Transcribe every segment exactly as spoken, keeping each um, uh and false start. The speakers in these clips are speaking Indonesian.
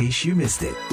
case you missed it.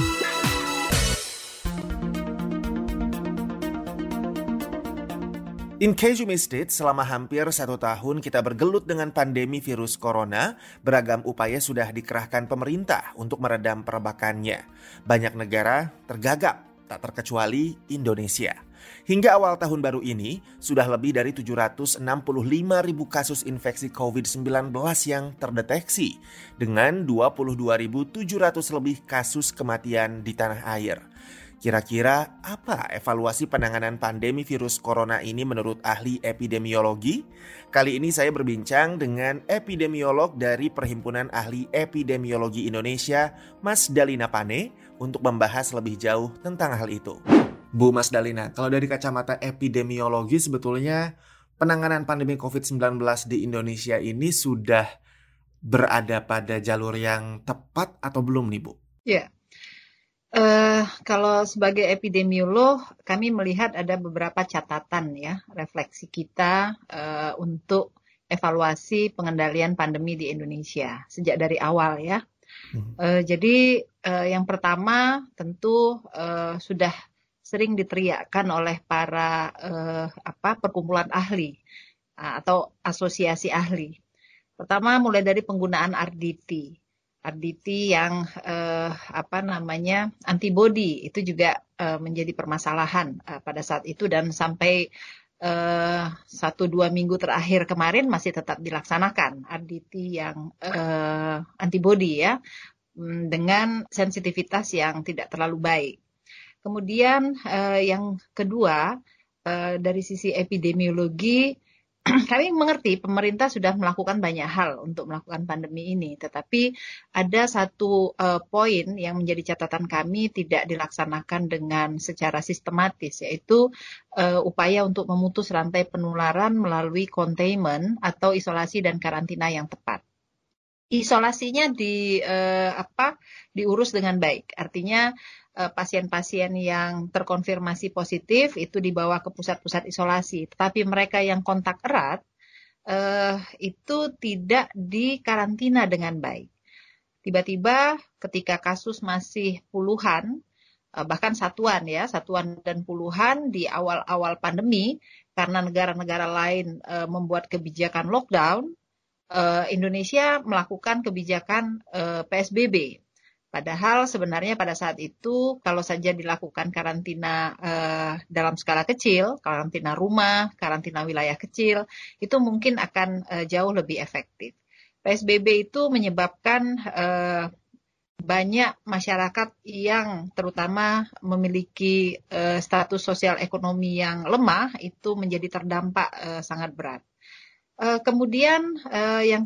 In case you missed it, selama hampir satu tahun kita bergelut dengan pandemi virus corona, beragam upaya sudah dikerahkan pemerintah untuk meredam perebakannya. Banyak negara tergagap, tak terkecuali Indonesia. Hingga awal tahun baru ini, sudah lebih dari tujuh ratus enam puluh lima ribu kasus infeksi covid sembilan belas yang terdeteksi, dengan dua puluh dua ribu tujuh ratus lebih kasus kematian di tanah air. Kira-kira apa evaluasi penanganan pandemi virus corona ini menurut ahli epidemiologi? Kali ini saya berbincang dengan epidemiolog dari Perhimpunan Ahli Epidemiologi Indonesia, Mas Dalina Pane, untuk membahas lebih jauh tentang hal itu. Bu Mas Dalina, kalau dari kacamata epidemiologi sebetulnya penanganan pandemi covid sembilan belas di Indonesia ini sudah berada pada jalur yang tepat atau belum nih Bu? Ya. Uh, kalau sebagai epidemiolog, kami melihat ada beberapa catatan ya, refleksi kita uh, untuk evaluasi pengendalian pandemi di Indonesia sejak dari awal ya. Hmm. Uh, jadi uh, yang pertama tentu uh, sudah sering diteriakkan oleh para uh, apa perkumpulan ahli uh, atau asosiasi ahli. Pertama mulai dari penggunaan R D T. R D T yang eh, apa namanya antibody itu juga eh, menjadi permasalahan eh, pada saat itu dan sampai eh, satu dua minggu terakhir kemarin masih tetap dilaksanakan R D T yang eh, antibody ya dengan sensitivitas yang tidak terlalu baik. Kemudian eh, yang kedua eh, dari sisi epidemiologi, kami mengerti pemerintah sudah melakukan banyak hal untuk melakukan pandemi ini, tetapi ada satu uh, poin yang menjadi catatan kami tidak dilaksanakan dengan secara sistematis, yaitu uh, upaya untuk memutus rantai penularan melalui containment atau isolasi dan karantina yang tepat. Isolasinya di uh, apa diurus dengan baik, artinya pasien-pasien yang terkonfirmasi positif itu dibawa ke pusat-pusat isolasi. Tetapi mereka yang kontak erat eh, itu tidak dikarantina dengan baik. Tiba-tiba ketika kasus masih puluhan, eh, bahkan satuan ya, satuan dan puluhan di awal-awal pandemi, karena negara-negara lain eh, membuat kebijakan lockdown, eh, Indonesia melakukan kebijakan eh, P S B B. Padahal sebenarnya pada saat itu kalau saja dilakukan karantina eh, dalam skala kecil, karantina rumah, karantina wilayah kecil, itu mungkin akan eh, jauh lebih efektif. P S B B itu menyebabkan eh, banyak masyarakat yang terutama memiliki eh, status sosial ekonomi yang lemah itu menjadi terdampak eh, sangat berat. Eh, kemudian eh, yang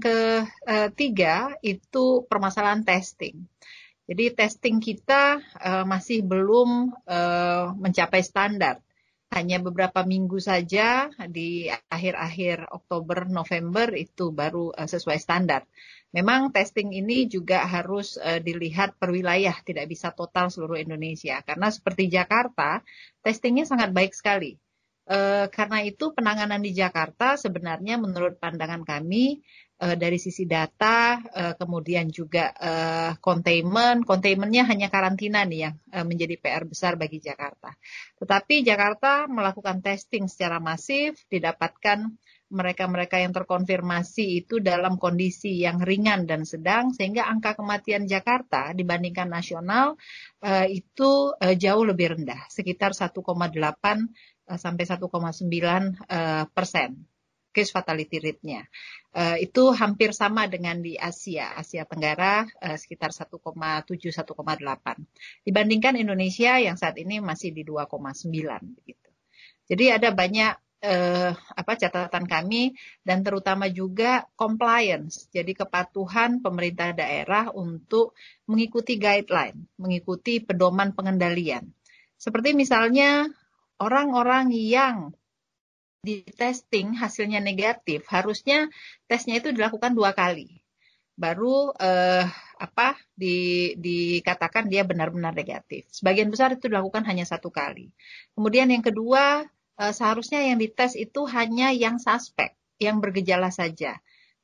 ketiga itu permasalahan testing. Jadi testing kita uh, masih belum uh, mencapai standar. Hanya beberapa minggu saja di akhir-akhir Oktober, November itu baru uh, sesuai standar. Memang testing ini juga harus uh, dilihat per wilayah, tidak bisa total seluruh Indonesia. Karena seperti Jakarta, testingnya sangat baik sekali. Uh, karena itu penanganan di Jakarta sebenarnya menurut pandangan kami, Uh, dari sisi data, uh, kemudian juga uh, containment, containmentnya hanya karantina nih yang uh, menjadi P R besar bagi Jakarta. Tetapi Jakarta melakukan testing secara masif, didapatkan mereka-mereka yang terkonfirmasi itu dalam kondisi yang ringan dan sedang, sehingga angka kematian Jakarta dibandingkan nasional uh, itu uh, jauh lebih rendah, sekitar satu koma delapan uh, sampai satu koma sembilan uh, persen. Case fatality rate-nya. Uh, itu hampir sama dengan di Asia, Asia Tenggara uh, sekitar satu koma tujuh sampai satu koma delapan. Dibandingkan Indonesia yang saat ini masih di dua koma sembilan begitu. Jadi ada banyak uh, apa catatan kami dan terutama juga compliance. Jadi kepatuhan pemerintah daerah untuk mengikuti guideline, mengikuti pedoman pengendalian. Seperti misalnya orang-orang yang di testing hasilnya negatif, harusnya tesnya itu dilakukan dua kali. Baru eh, apa di, dikatakan dia benar-benar negatif. Sebagian besar itu dilakukan hanya satu kali. Kemudian yang kedua, eh, seharusnya yang dites itu hanya yang suspek, yang bergejala saja.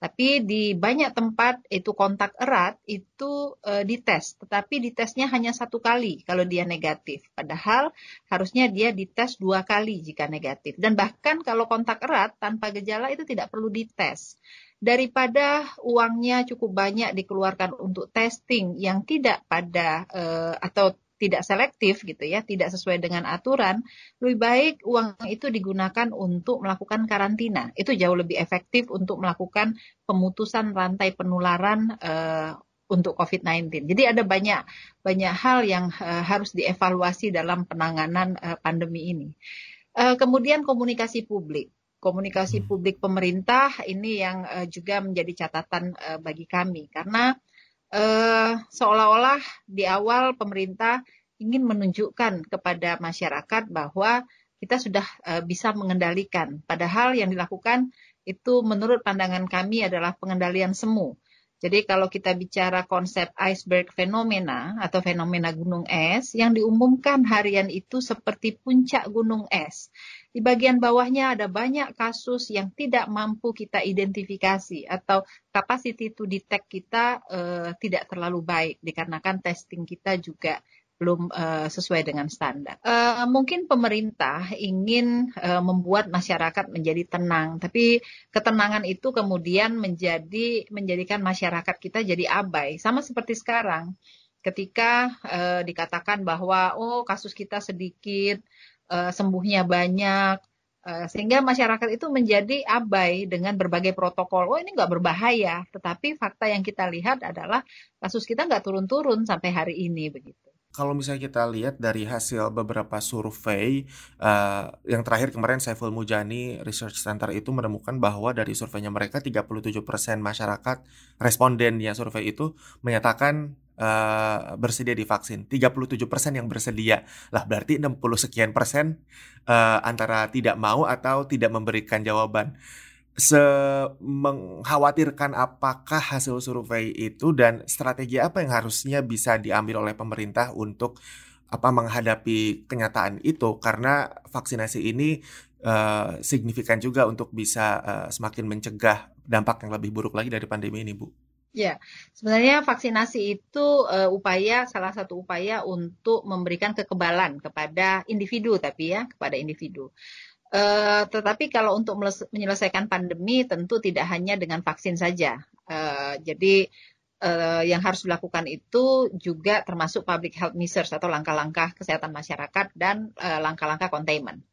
Tapi di banyak tempat itu kontak erat itu uh, dites, tetapi ditesnya hanya satu kali kalau dia negatif. Padahal harusnya dia dites dua kali jika negatif. Dan bahkan kalau kontak erat tanpa gejala itu tidak perlu dites. Daripada uangnya cukup banyak dikeluarkan untuk testing yang tidak pada uh, atau tidak selektif gitu ya, tidak sesuai dengan aturan, lebih baik uang itu digunakan untuk melakukan karantina. Itu jauh lebih efektif untuk melakukan pemutusan rantai penularan uh, untuk covid sembilan belas. Jadi ada banyak banyak hal yang uh, harus dievaluasi dalam penanganan uh, pandemi ini. Uh, kemudian komunikasi publik. Komunikasi publik pemerintah ini yang uh, juga menjadi catatan uh, bagi kami. Karena uh, seolah-olah di awal pemerintah ingin menunjukkan kepada masyarakat bahwa kita sudah uh, bisa mengendalikan. Padahal yang dilakukan itu menurut pandangan kami adalah pengendalian semu. Jadi kalau kita bicara konsep iceberg fenomena atau fenomena gunung es, yang diumumkan harian itu seperti puncak gunung es. Di bagian bawahnya ada banyak kasus yang tidak mampu kita identifikasi atau capacity to detect kita uh, tidak terlalu baik dikarenakan testing kita juga belum uh, sesuai dengan standar. Uh, mungkin pemerintah ingin uh, membuat masyarakat menjadi tenang, tapi ketenangan itu kemudian menjadi menjadikan masyarakat kita jadi abai. Sama seperti sekarang, ketika uh, dikatakan bahwa oh kasus kita sedikit, uh, sembuhnya banyak, uh, sehingga masyarakat itu menjadi abai dengan berbagai protokol. Oh ini nggak berbahaya, tetapi fakta yang kita lihat adalah kasus kita nggak turun-turun sampai hari ini begitu. Kalau misalnya kita lihat dari hasil beberapa survei, uh, yang terakhir kemarin Saiful Mujani Research Center itu menemukan bahwa dari surveinya mereka tiga puluh tujuh persen masyarakat responden yang survei itu menyatakan uh, bersedia divaksin. tiga puluh tujuh persen yang bersedia. Lah berarti enam puluh sekian persen uh, antara tidak mau atau tidak memberikan jawaban. Semengkhawatirkan apakah hasil survei itu dan strategi apa yang harusnya bisa diambil oleh pemerintah untuk apa menghadapi kenyataan itu, karena vaksinasi ini uh, signifikan juga untuk bisa uh, semakin mencegah dampak yang lebih buruk lagi dari pandemi ini, Bu. Ya, sebenarnya vaksinasi itu uh, upaya salah satu upaya untuk memberikan kekebalan kepada individu, tapi ya kepada individu. Uh, tetapi kalau untuk menyelesaikan pandemi tentu tidak hanya dengan vaksin saja. Uh, jadi uh, yang harus dilakukan itu juga termasuk public health measures atau langkah-langkah kesehatan masyarakat dan uh, langkah-langkah containment.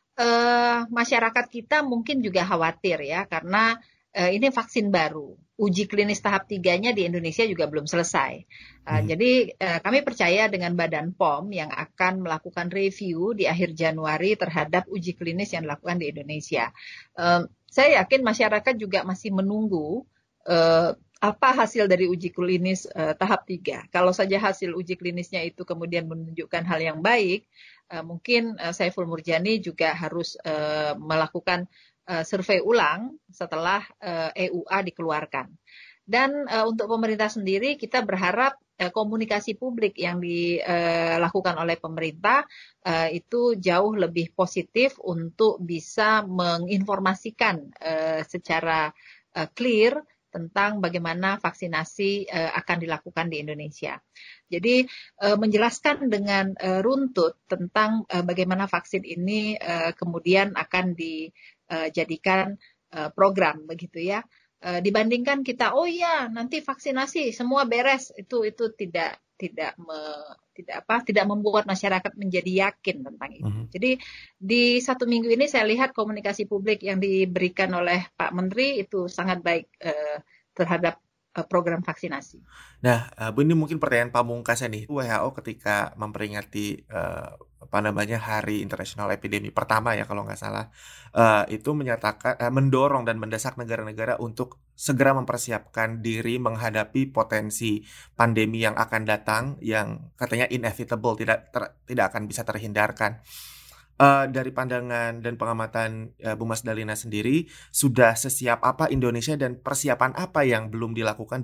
Uh, masyarakat kita mungkin juga khawatir ya karena uh, ini vaksin baru. Uji klinis tahap tiganya di Indonesia juga belum selesai. Uh, hmm. Jadi uh, kami percaya dengan Badan P O M yang akan melakukan review di akhir Januari terhadap uji klinis yang dilakukan di Indonesia. Uh, saya yakin masyarakat juga masih menunggu uh, apa hasil dari uji klinis uh, tahap tiga. Kalau saja hasil uji klinisnya itu kemudian menunjukkan hal yang baik, uh, mungkin uh, Saiful Murjani juga harus uh, melakukan Uh, survei ulang setelah uh, E U A dikeluarkan. Dan uh, untuk pemerintah sendiri kita berharap uh, komunikasi publik yang dilakukan oleh pemerintah uh, itu jauh lebih positif untuk bisa menginformasikan uh, secara uh, clear tentang bagaimana vaksinasi uh, akan dilakukan di Indonesia. Jadi uh, menjelaskan dengan uh, runtut tentang uh, bagaimana vaksin ini uh, kemudian akan di Uh, jadikan uh, program begitu ya. Uh, dibandingkan kita oh ya nanti vaksinasi semua beres itu itu tidak tidak me, tidak apa tidak membuat masyarakat menjadi yakin tentang itu. Uh-huh. Jadi di satu minggu ini saya lihat komunikasi publik yang diberikan oleh Pak Menteri itu sangat baik uh, terhadap program vaksinasi. Nah, Bu, ini mungkin pertanyaan pamungkasnya nih. W H O ketika memperingati uh, apa namanya Hari Internasional Epidemi pertama ya kalau nggak salah, uh, itu menyatakan uh, mendorong dan mendesak negara-negara untuk segera mempersiapkan diri menghadapi potensi pandemi yang akan datang yang katanya inevitable, tidak ter, tidak akan bisa terhindarkan. Uh, dari pandangan dan pengamatan uh, Bu Mas Dalina sendiri, sudah sesiap apa Indonesia dan persiapan apa yang belum dilakukan dan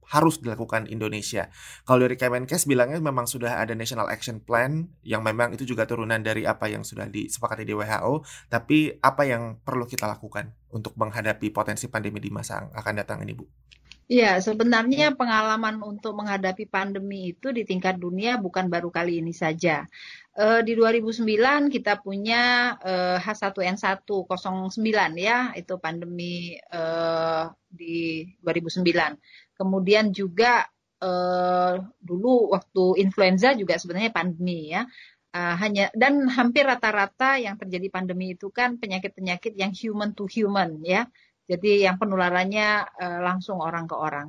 harus dilakukan Indonesia. Kalau dari Kemenkes bilangnya memang sudah ada National Action Plan yang memang itu juga turunan dari apa yang sudah disepakati di W H O, tapi apa yang perlu kita lakukan untuk menghadapi potensi pandemi di masa yang akan datang ini, Bu? Ya, sebenarnya pengalaman untuk menghadapi pandemi itu di tingkat dunia bukan baru kali ini saja. Uh, di dua ribu sembilan kita punya uh, H satu N satu nol sembilan ya, itu pandemi uh, di dua ribu sembilan. Kemudian juga uh, dulu waktu influenza juga sebenarnya pandemi ya. Uh, hanya dan hampir rata-rata yang terjadi pandemi itu kan penyakit-penyakit yang human to human ya. Jadi yang penularannya uh, langsung orang ke orang.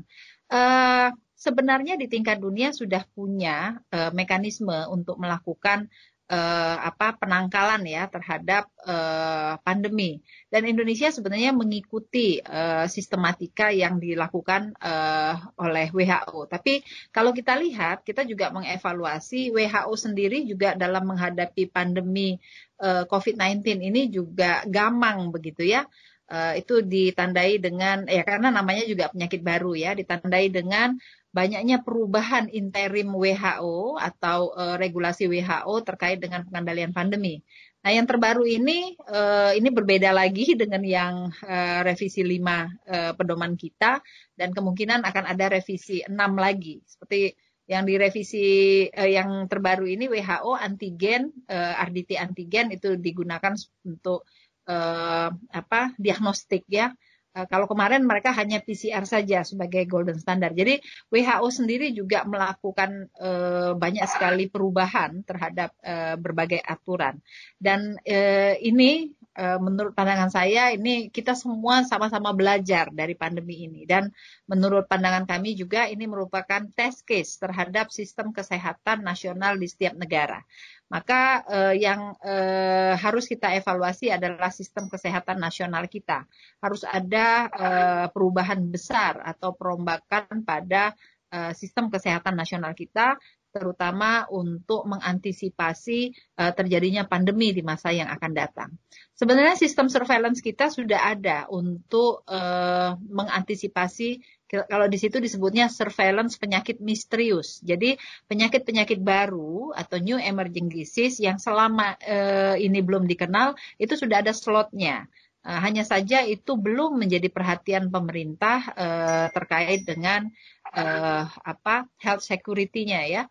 Uh, sebenarnya di tingkat dunia sudah punya uh, mekanisme untuk melakukan uh, apa penangkalan ya terhadap uh, pandemi. Dan Indonesia sebenarnya mengikuti uh, sistematika yang dilakukan uh, oleh W H O. Tapi kalau kita lihat, kita juga mengevaluasi W H O sendiri juga dalam menghadapi pandemi uh, covid sembilan belas ini juga gamang begitu ya. Uh, itu ditandai dengan ya karena namanya juga penyakit baru ya, ditandai dengan banyaknya perubahan interim W H O atau uh, regulasi W H O terkait dengan pengendalian pandemi. Nah, yang terbaru ini uh, ini berbeda lagi dengan yang uh, revisi lima uh, pedoman kita, dan kemungkinan akan ada revisi enam lagi. Seperti yang direvisi uh, yang terbaru ini W H O antigen uh, R D T antigen itu digunakan untuk Uh, apa diagnostik ya. Uh, kalau kemarin mereka hanya P C R saja sebagai golden standard. Jadi W H O sendiri juga melakukan uh, banyak sekali perubahan terhadap uh, berbagai aturan. Dan uh, ini uh, menurut pandangan saya ini kita semua sama-sama belajar dari pandemi ini. Dan menurut pandangan kami juga ini merupakan test case terhadap sistem kesehatan nasional di setiap negara. Maka eh, yang eh, harus kita evaluasi adalah sistem kesehatan nasional kita. Harus ada eh, perubahan besar atau perombakan pada eh, sistem kesehatan nasional kita, terutama untuk mengantisipasi uh, terjadinya pandemi di masa yang akan datang. Sebenarnya sistem surveillance kita sudah ada untuk uh, mengantisipasi, kalau di situ disebutnya surveillance penyakit misterius. Jadi penyakit-penyakit baru atau new emerging disease yang selama uh, ini belum dikenal, itu sudah ada slotnya. Uh, hanya saja itu belum menjadi perhatian pemerintah uh, terkait dengan uh, apa health security-nya ya.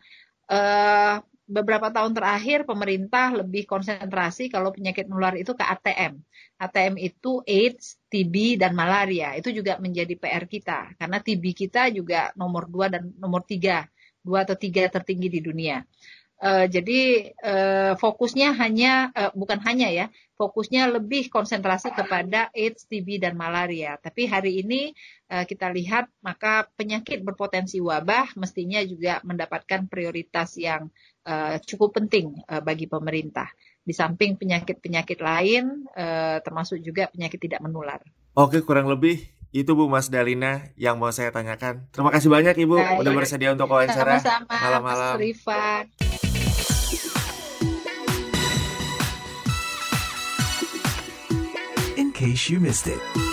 Uh, beberapa tahun terakhir pemerintah lebih konsentrasi kalau penyakit menular itu ke A T M. A T M itu AIDS, T B, dan malaria. Itu juga menjadi P R kita karena T B kita juga nomor dua dan nomor tiga, dua atau tiga tertinggi di dunia. Uh, jadi uh, fokusnya hanya, uh, bukan hanya ya, fokusnya lebih konsentrasi kepada AIDS, T B, dan malaria. Tapi hari ini uh, kita lihat maka penyakit berpotensi wabah mestinya juga mendapatkan prioritas yang uh, cukup penting uh, bagi pemerintah. Di samping penyakit-penyakit lain, uh, termasuk juga penyakit tidak menular. Oke, kurang lebih itu Bu Mas Dalina yang mau saya tanyakan. Terima kasih banyak Ibu Baik. Udah bersedia untuk wawancara. Sama-sama, malam-malam. Mas Rifan. In case you missed it.